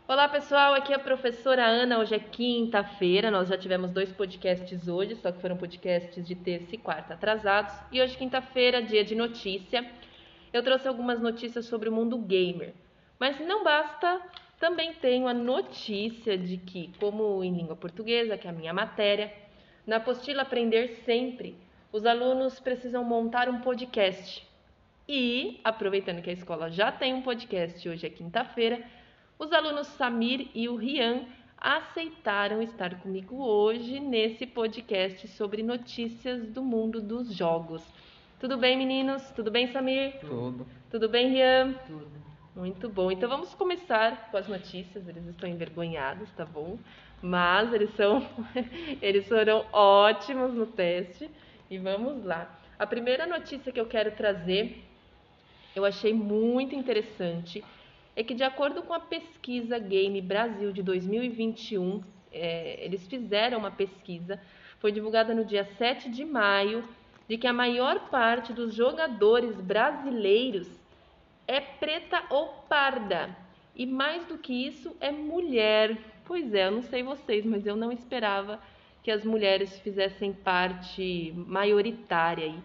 Olá pessoal, aqui é a professora Ana. Hoje é quinta-feira, nós já tivemos 2 podcasts hoje, só que foram podcasts de terça e quarta atrasados. E hoje, quinta-feira, dia de notícia, eu trouxe algumas notícias sobre o mundo gamer. Mas não basta, também tenho a notícia de que, como em língua portuguesa, que é a minha matéria, na apostila Aprender Sempre, os alunos precisam montar um podcast. E, aproveitando que a escola já tem um podcast, hoje é quinta-feira, os alunos Samir e o Rian aceitaram estar comigo hoje nesse podcast sobre notícias do mundo dos jogos. Tudo bem, meninos? Tudo bem, Samir? Tudo. Tudo bem, Rian? Tudo. Muito bom. Então vamos começar com as notícias. Eles estão envergonhados, tá bom? Mas eles foram ótimos no teste. E vamos lá. A primeira notícia que eu quero trazer, eu achei muito interessante, é que de acordo com a pesquisa Game Brasil de 2021, eles fizeram uma pesquisa, foi divulgada no dia 7 de maio, de que a maior parte dos jogadores brasileiros é preta ou parda. E mais do que isso, é mulher. Pois é, eu não sei vocês, mas eu não esperava que as mulheres fizessem parte maioritária aí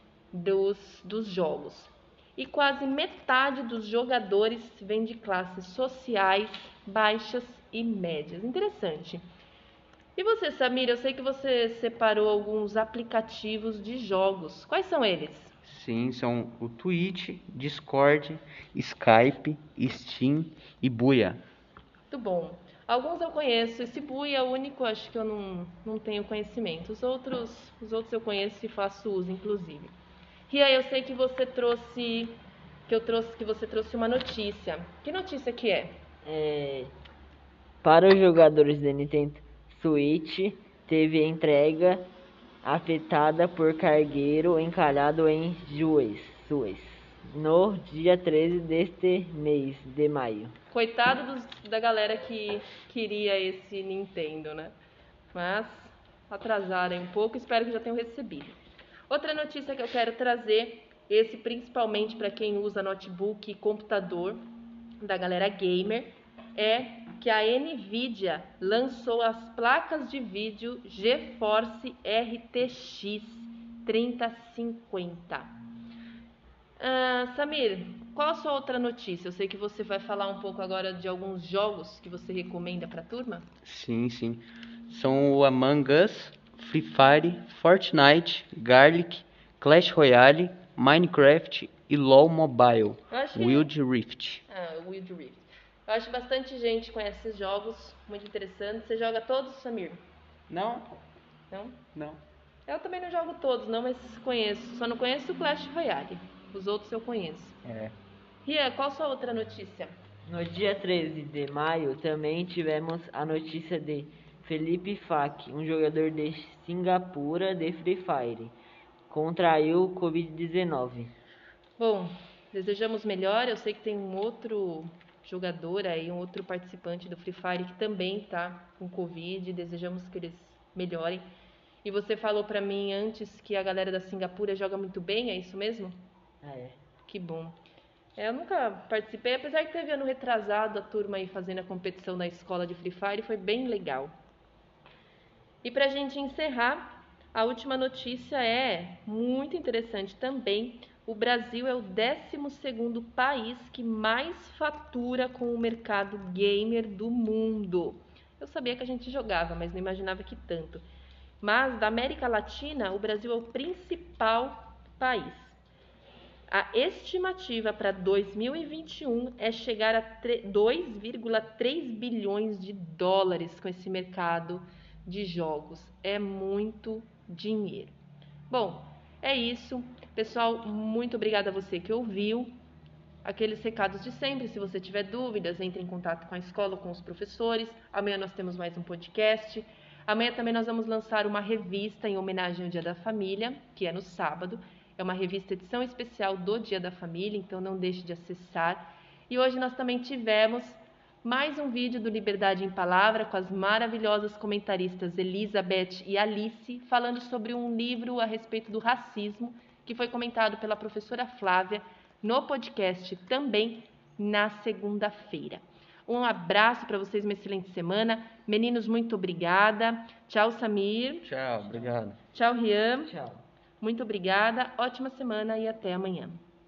dos jogos. E quase metade dos jogadores vem de classes sociais baixas e médias. Interessante. E você, Samir, eu sei que você separou alguns aplicativos de jogos. Quais são eles? Sim, são o Twitch, Discord, Skype, Steam e Buia. Muito bom. Alguns eu conheço. Esse Bui é o único, acho que eu não tenho conhecimento. Os outros eu conheço e faço uso, inclusive. Ria, eu sei que você trouxe uma notícia. Que notícia que é? Para os jogadores da Nintendo Switch, teve entrega afetada por cargueiro encalhado em Suez, no dia 13 deste mês de maio. Coitado da galera que queria esse Nintendo, né? Mas atrasaram um pouco, espero que já tenham recebido. Outra notícia que eu quero trazer, esse principalmente para quem usa notebook e computador, da galera gamer, é que a Nvidia lançou as placas de vídeo GeForce RTX 3050. Samir, qual a sua outra notícia? Eu sei que você vai falar um pouco agora de alguns jogos que você recomenda para a turma. Sim. São o Among Us, Free Fire, Fortnite, Garlic, Clash Royale, Minecraft e LoL Mobile, Wild Rift. Wild Rift. Eu acho que bastante gente conhece esses jogos, muito interessante. Você joga todos, Samir? Não. Não? Eu também não jogo todos, não, mas conheço. Só não conheço o Clash Royale. Os outros eu conheço. Ria, qual a sua outra notícia? No dia 13 de maio, também tivemos a notícia de Felipe Fak, um jogador de Singapura de Free Fire, contraiu Covid-19. Bom, desejamos melhor. Eu sei que tem um outro jogador aí, um outro participante do Free Fire que também tá com Covid. Desejamos que eles melhorem. E você falou pra mim antes que a galera da Singapura joga muito bem, é isso mesmo? É. Que bom. Eu nunca participei, apesar que teve ano retrasado a turma aí fazendo a competição na escola de Free Fire, foi bem legal. E pra gente encerrar, a última notícia é muito interessante também. O Brasil é o 12º país que mais fatura com o mercado gamer do mundo. Eu sabia que a gente jogava, mas não imaginava que tanto. Mas da América Latina, o Brasil é o principal país. A estimativa para 2021 é chegar a 2,3 bilhões de dólares com esse mercado de jogos. É muito dinheiro. Bom, é isso. Pessoal, muito obrigada a você que ouviu. Aqueles recados de sempre. Se você tiver dúvidas, entre em contato com a escola, com os professores. Amanhã nós temos mais um podcast. Amanhã também nós vamos lançar uma revista em homenagem ao Dia da Família, que é no sábado. É uma revista edição especial do Dia da Família, então não deixe de acessar. E hoje nós também tivemos mais um vídeo do Liberdade em Palavra com as maravilhosas comentaristas Elizabeth e Alice, falando sobre um livro a respeito do racismo, que foi comentado pela professora Flávia no podcast também na segunda-feira. Um abraço para vocês, uma excelente semana. Meninos, muito obrigada. Tchau, Samir. Tchau, obrigado. Tchau, Rian. Tchau. Muito obrigada. Ótima semana e até amanhã.